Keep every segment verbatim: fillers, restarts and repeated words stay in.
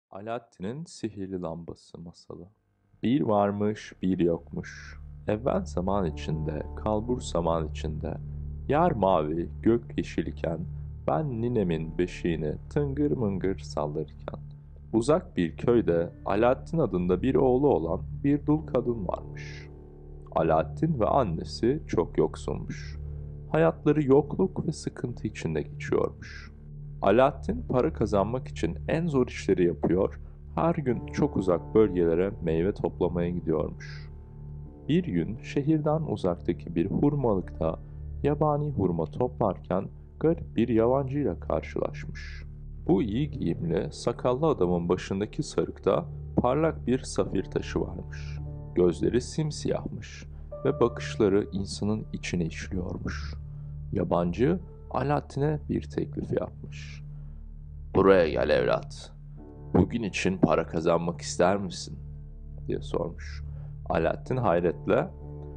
Alaaddin'in Sihirli Lambası Masalı. Bir varmış, bir yokmuş. Evvel zaman içinde, kalbur zaman içinde, yar mavi, gök yeşil iken, ben ninemin beşiğini tıngır mıngır sallarken, uzak bir köyde Alaaddin adında bir oğlu olan bir dul kadın varmış. Alaaddin ve annesi çok yoksunmuş. Hayatları yokluk ve sıkıntı içinde geçiyormuş. Alaaddin para kazanmak için en zor işleri yapıyor, her gün çok uzak bölgelere meyve toplamaya gidiyormuş. Bir gün şehirden uzaktaki bir hurmalıkta yabani hurma toplarken garip bir yabancıyla karşılaşmış. Bu iyi giyimli, sakallı adamın başındaki sarıkta parlak bir safir taşı varmış. Gözleri simsiyahmış ve bakışları insanın içine işliyormuş. Yabancı Alaaddin'e bir teklif yapmış. "Buraya gel evlat. Bugün için para kazanmak ister misin?" diye sormuş. Alaaddin hayretle,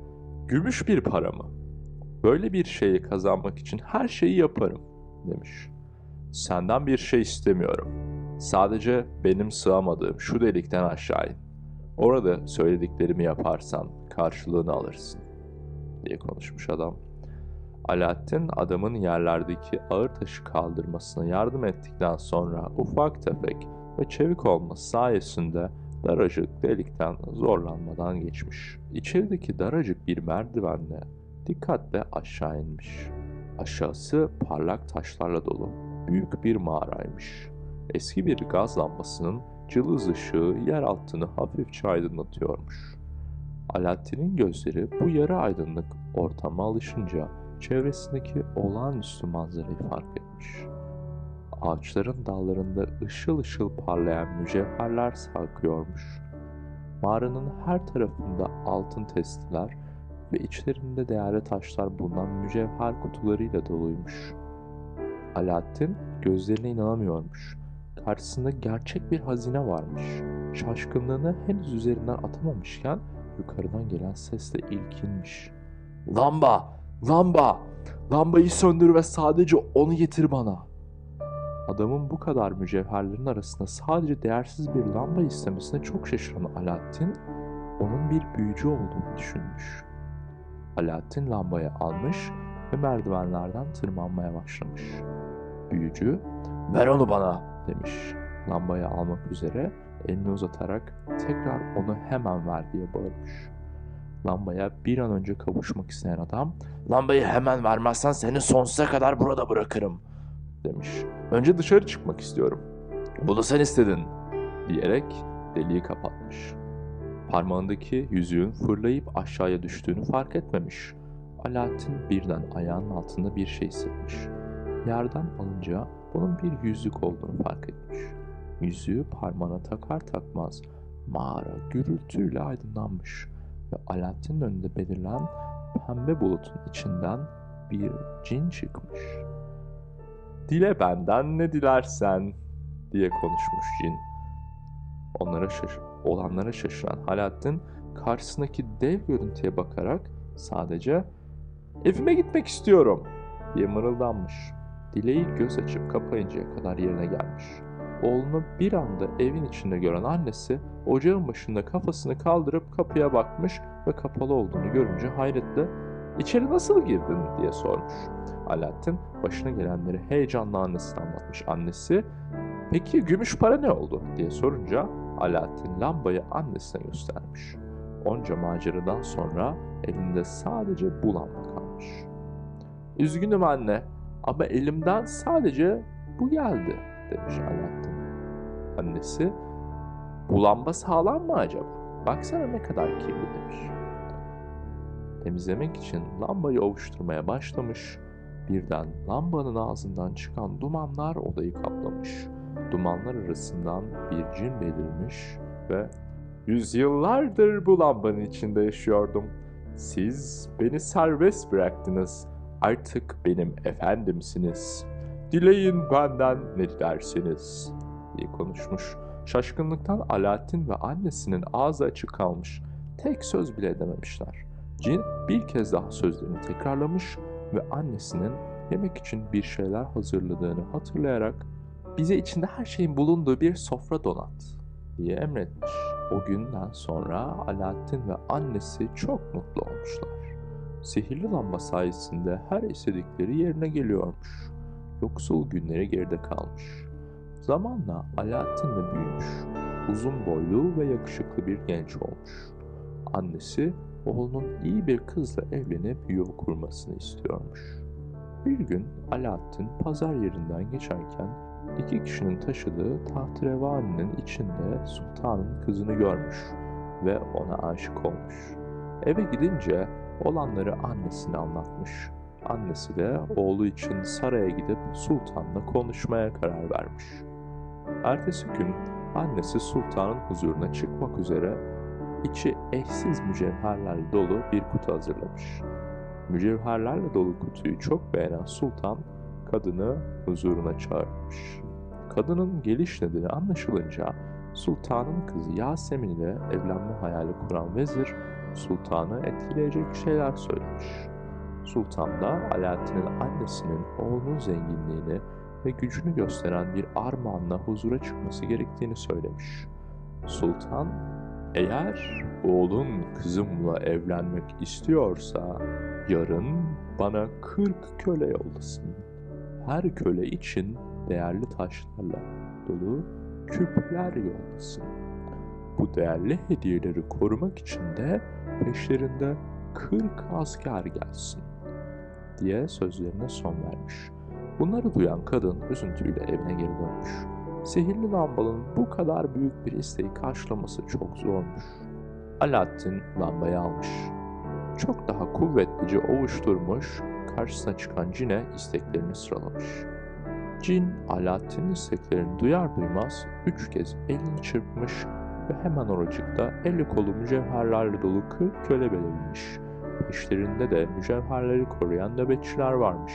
"Gümüş bir para mı? Böyle bir şeyi kazanmak için her şeyi yaparım," demiş. "Senden bir şey istemiyorum. Sadece benim sığamadığım şu delikten aşağı in. Orada söylediklerimi yaparsan karşılığını alırsın," diye konuşmuş adam. Alaaddin adamın yerlerdeki ağır taşı kaldırmasına yardım ettikten sonra ufak tefek ve çevik olması sayesinde daracık delikten zorlanmadan geçmiş. İçerideki daracık bir merdivenle dikkatle aşağı inmiş. Aşağısı parlak taşlarla dolu büyük bir mağaraymış. Eski bir gaz lambasının cılız ışığı yer altını hafifçe aydınlatıyormuş. Alaaddin'in gözleri bu yarı aydınlık ortama alışınca çevresindeki olağanüstü manzarayı fark etmiş. Ağaçların dallarında ışıl ışıl parlayan mücevherler sarkıyormuş. Mağaranın her tarafında altın testiler ve içlerinde değerli taşlar bulunan mücevher kutularıyla doluymuş. Alaaddin gözlerine inanamıyormuş. Karşısında gerçek bir hazine varmış. Şaşkınlığını henüz üzerinden atamamışken yukarıdan gelen sesle ilkinmiş. "Lamba! Lamba! Lambayı söndür ve sadece onu getir bana." Adamın bu kadar mücevherlerin arasında sadece değersiz bir lamba istemesine çok şaşıran Alaaddin, onun bir büyücü olduğunu düşünmüş. Alaaddin lambayı almış ve merdivenlerden tırmanmaya başlamış. Büyücü, "Ver onu bana," demiş. Lambayı almak üzere elini uzatarak tekrar "Onu hemen ver," diye bağırmış. Lambaya bir an önce kavuşmak isteyen adam, "Lambayı hemen vermezsen seni sonsuza kadar burada bırakırım," demiş. "Önce dışarı çıkmak istiyorum." "Bunu sen istedin," diyerek deliği kapatmış. Parmağındaki yüzüğün fırlayıp aşağıya düştüğünü fark etmemiş. Alaaddin birden ayağının altında bir şey hissetmiş. Yerden alınca bunun bir yüzük olduğunu fark etmiş. Yüzüğü parmağına takar takmaz mağara gürültüyle aydınlanmış ve Alaaddin'in önünde belirlen pembe bulutun içinden bir cin çıkmış. "Dile benden ne dilersen," diye konuşmuş cin. Onlara şaş olanlara şaşıran Alaaddin karşısındaki dev görüntüye bakarak sadece "Evime gitmek istiyorum," diye mırıldanmış. Dileği göz açıp kapayıncaya kadar yerine gelmiş. Oğlunu bir anda evin içinde gören annesi ocağın başında kafasını kaldırıp kapıya bakmış ve kapalı olduğunu görünce hayretle "İçeri nasıl girdin?" diye sormuş. Alaaddin başına gelenleri heyecanla annesine anlatmış. Annesi "Peki gümüş para ne oldu?" diye sorunca Alaaddin lambayı annesine göstermiş. Onca maceradan sonra elinde sadece bu lamba kalmış. "Üzgünüm anne ama elimden sadece bu geldi," demiş Alaaddin. Annesi, "Bu lamba sağlam mı acaba? Baksana ne kadar kirli," demiş. Temizlemek için lambayı ovuşturmaya başlamış. Birden lambanın ağzından çıkan dumanlar odayı kaplamış. Dumanlar arasından bir cin belirmiş ve "Yüzyıllardır bu lambanın içinde yaşıyordum. Siz beni serbest bıraktınız. Artık benim efendimsiniz. Dileyin benden ne dilersiniz," diye konuşmuş. Şaşkınlıktan Alaaddin ve annesinin ağzı açık kalmış. Tek söz bile edememişler. Cin bir kez daha sözlerini tekrarlamış ve annesinin yemek için bir şeyler hazırladığını hatırlayarak bize içinde her şeyin bulunduğu bir sofra donat diye emretmiş. O günden sonra Alaaddin ve annesi çok mutlu olmuşlar. Sihirli lamba sayesinde her istedikleri yerine geliyormuş. Yoksul günleri geride kalmış. Zamanla Alaaddin de büyümüş. Uzun boylu ve yakışıklı bir genç olmuş. Annesi oğlunun iyi bir kızla evlenip yuva kurmasını istiyormuş. Bir gün Alaaddin pazar yerinden geçerken iki kişinin taşıdığı tahterevaninin içinde sultanın kızını görmüş ve ona aşık olmuş. Eve gidince olanları annesine anlatmış. Annesi de oğlu için saraya gidip sultanla konuşmaya karar vermiş. Ertesi gün annesi sultanın huzuruna çıkmak üzere içi eşsiz mücevherlerle dolu bir kutu hazırlamış. Mücevherlerle dolu kutuyu çok beğenen sultan kadını huzuruna çağırmış. Kadının geliş nedeni anlaşılınca sultanın kızı Yasemin ile evlenme hayali kuran vezir sultanı etkileyecek şeyler söylemiş. Sultan da Alaaddin'in annesinin oğlunun zenginliğini ve gücünü gösteren bir armağanla huzura çıkması gerektiğini söylemiş. Sultan, eğer oğlun kızımla evlenmek istiyorsa yarın bana kırk köle yollasın. Her köle için değerli taşlarla dolu küpler yollasın. Bu değerli hediyeleri korumak için de peşlerinde kırk asker gelsin diye sözlerine son vermiş. Bunları duyan kadın üzüntüyle evine geri dönmüş. Sihirli lambanın bu kadar büyük bir isteği karşılaması çok zormuş. Alaaddin lambayı almış. Çok daha kuvvetlice ovuşturmuş, karşısına çıkan cine isteklerini sıralamış. Cin, Alaaddin'in isteklerini duyar duymaz üç kez elini çırpmış ve hemen oracıkta eli kolu mücevherlerle dolu kırk köle belirlemiş. Peşlerinde de mücevherleri koruyan nöbetçiler varmış.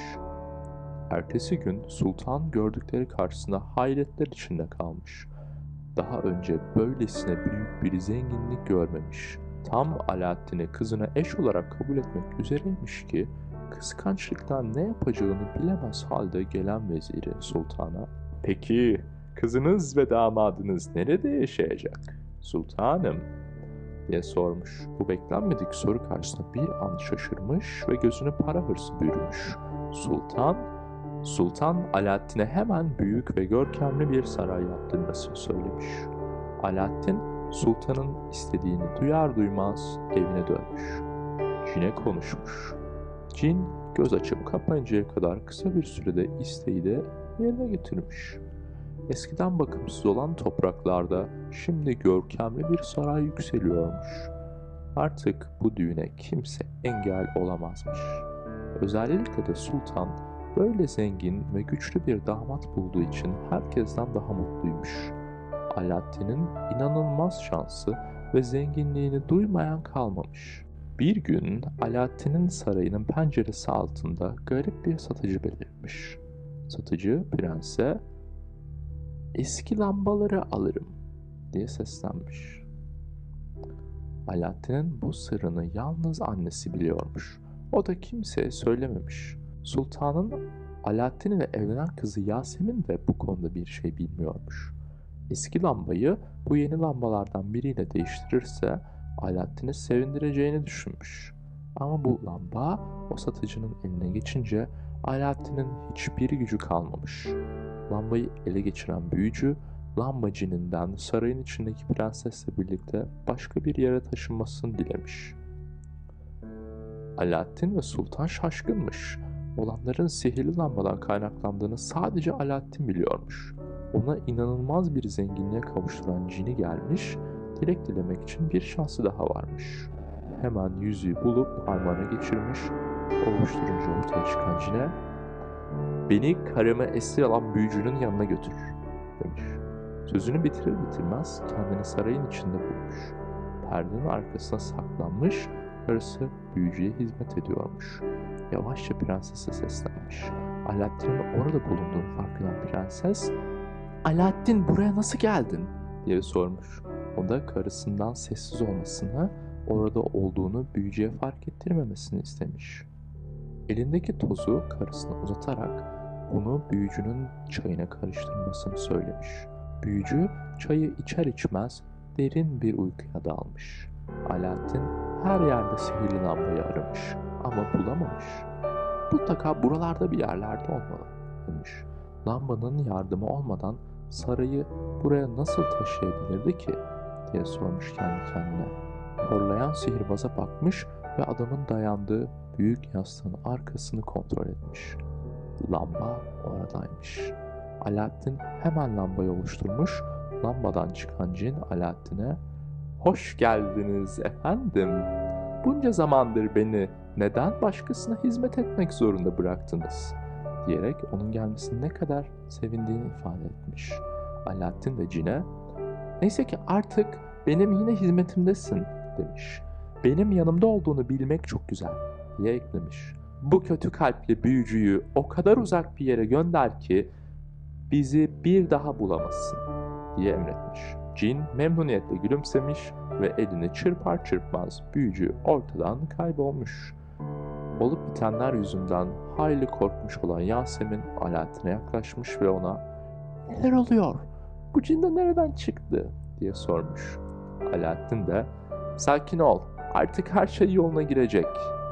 Ertesi gün sultan gördükleri karşısında hayretler içinde kalmış. Daha önce böylesine büyük bir zenginlik görmemiş. Tam Alaaddin'i kızına eş olarak kabul etmek üzereymiş ki kıskançlıktan ne yapacağını bilemez halde gelen veziri sultana "Peki kızınız ve damadınız nerede yaşayacak sultanım?" diye sormuş. Bu beklenmedik soru karşısında bir an şaşırmış ve gözüne para hırsı bürümüş. Sultan, Sultan Alaaddin'e hemen büyük ve görkemli bir saray yaptırmasını söylemiş. Alaaddin, sultanın istediğini duyar duymaz evine dönmüş. Cin'e konuşmuş. Cin, göz açıp kapayıncaya kadar kısa bir sürede isteği de yerine getirmiş. Eskiden bakımsız olan topraklarda şimdi görkemli bir saray yükseliyormuş. Artık bu düğüne kimse engel olamazmış. Özellikle de sultan böyle zengin ve güçlü bir damat bulduğu için herkesten daha mutluymuş. Alaaddin'in inanılmaz şansı ve zenginliğini duymayan kalmamış. Bir gün Alaaddin'in sarayının penceresi altında garip bir satıcı belirmiş. Satıcı prense "Eski lambaları alırım" diye seslenmiş. Alaaddin'in bu sırrını yalnız annesi biliyormuş. O da kimseye söylememiş. Sultanın Alaaddin ile evlenen kızı Yasemin de bu konuda bir şey bilmiyormuş. Eski lambayı bu yeni lambalardan biriyle değiştirirse Alaaddin'i sevindireceğini düşünmüş. Ama bu lamba o satıcının eline geçince Alaaddin'in hiçbir gücü kalmamış. Lambayı ele geçiren büyücü, lamba cininden sarayın içindeki prensesle birlikte başka bir yere taşınmasını dilemiş. Alaaddin ve sultan şaşkınmış. Olanların sihirli lambadan kaynaklandığını sadece Alaaddin biliyormuş. Ona inanılmaz bir zenginliğe kavuşturan cini gelmiş, dilek dilemek için bir şansı daha varmış. Hemen yüzüğü bulup parmağına geçirmiş, ovuşturunca ortaya çıkan cine "Beni karımı esir alan büyücünün yanına götür" demiş. Sözünü bitirir bitirmez kendini sarayın içinde bulmuş. Perdenin arkasına saklanmış, karısı büyücüye hizmet ediyormuş. Yavaşça prensese seslenmiş. Alaaddin'in orada bulunduğunu fark eden prenses "Alaaddin, buraya nasıl geldin?" diye sormuş. O da karısından sessiz olmasını, orada olduğunu büyücüye fark ettirmemesini istemiş. Elindeki tozu karısına uzatarak bunu büyücünün çayına karıştırmasını söylemiş. Büyücü çayı içer içmez derin bir uykuya dalmış. Alaaddin her yerde sihirli lambayı aramış ama bulamamış. Mutlaka buralarda bir yerlerde olmalı demiş. Lambanın yardımı olmadan sarayı buraya nasıl taşıyabilirdi ki diye sormuş kendi kendine. Horlayan sihirbaza bakmış ve adamın dayandığı büyük yastığın arkasını kontrol etmiş. Lamba oradaymış. Alaaddin hemen lambayı oluşturmuş. Lambadan çıkan cin Alaaddin'e "Hoş geldiniz efendim. Bunca zamandır beni neden başkasına hizmet etmek zorunda bıraktınız?" diyerek onun gelmesine ne kadar sevindiğini ifade etmiş. Alaaddin de cine "Neyse ki artık benim yine hizmetimdesin" demiş. "Benim yanımda olduğunu bilmek çok güzel" diye eklemiş. "Bu kötü kalpli büyücüyü o kadar uzak bir yere gönder ki bizi bir daha bulamazsın" diye emretmiş. Cin memnuniyetle gülümsemiş ve elini çırpar çırpmaz büyücü ortadan kaybolmuş. Olup bitenler yüzünden hayli korkmuş olan Yasemin Alaaddin'e yaklaşmış ve ona "Neler oluyor? Bu cin de nereden çıktı?" diye sormuş. Alaaddin de "Sakin ol, artık her şey yoluna girecek"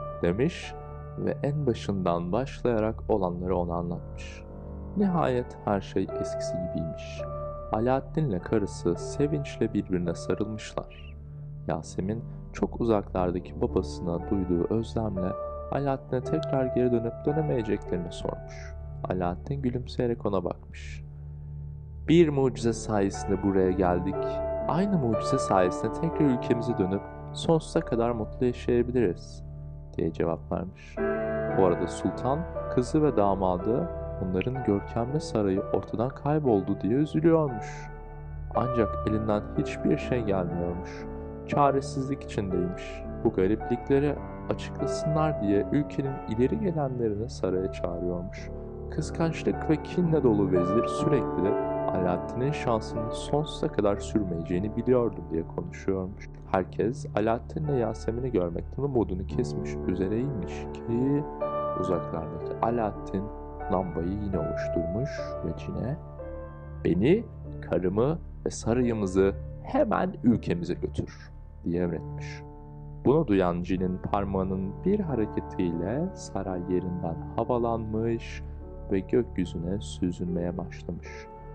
demiş ve en başından başlayarak olanları ona anlatmış. Nihayet her şey eskisi gibiymiş. Alaaddin'le karısı sevinçle birbirine sarılmışlar. Yasemin çok uzaklardaki babasına duyduğu özlemle Alaaddin'e tekrar geri dönüp dönemeyeceklerini sormuş. Alaaddin gülümseyerek ona bakmış. "Bir mucize sayesinde buraya geldik. Aynı mucize sayesinde tekrar ülkemize dönüp sonsuza kadar mutlu yaşayabiliriz" diye cevap vermiş. Bu arada sultan, kızı ve damadı onların görkemli sarayı ortadan kayboldu diye üzülüyormuş. Ancak elinden hiçbir şey gelmiyormuş. Çaresizlik içindeymiş. Bu gariplikleri açıklasınlar diye ülkenin ileri gelenlerini saraya çağırıyormuş. Kıskançlık ve kinle dolu vezir sürekli Alaaddin'in şansının sonsuza kadar sürmeyeceğini biliyordu diye konuşuyormuş. Herkes Alaaddin'le Yasemin'i görmekten umudunu kesmiş üzereymiş ki uzaklardaki Alaaddin lambayı yine oluşturmuş ve cine "Beni, karımı ve sarayımızı hemen ülkemize götür" diye emretmiş. Bunu duyan cinin parmağının bir hareketiyle saray yerinden havalanmış ve gökyüzüne süzülmeye başlamış.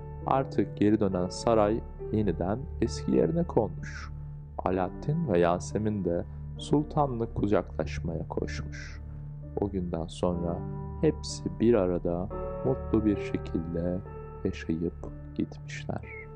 Artık geri dönen saray yeniden eski yerine konmuş. Alaaddin ve Yasemin de sultanla kucaklaşmaya koşmuş. O günden sonra hepsi bir arada mutlu bir şekilde yaşayıp gitmişler.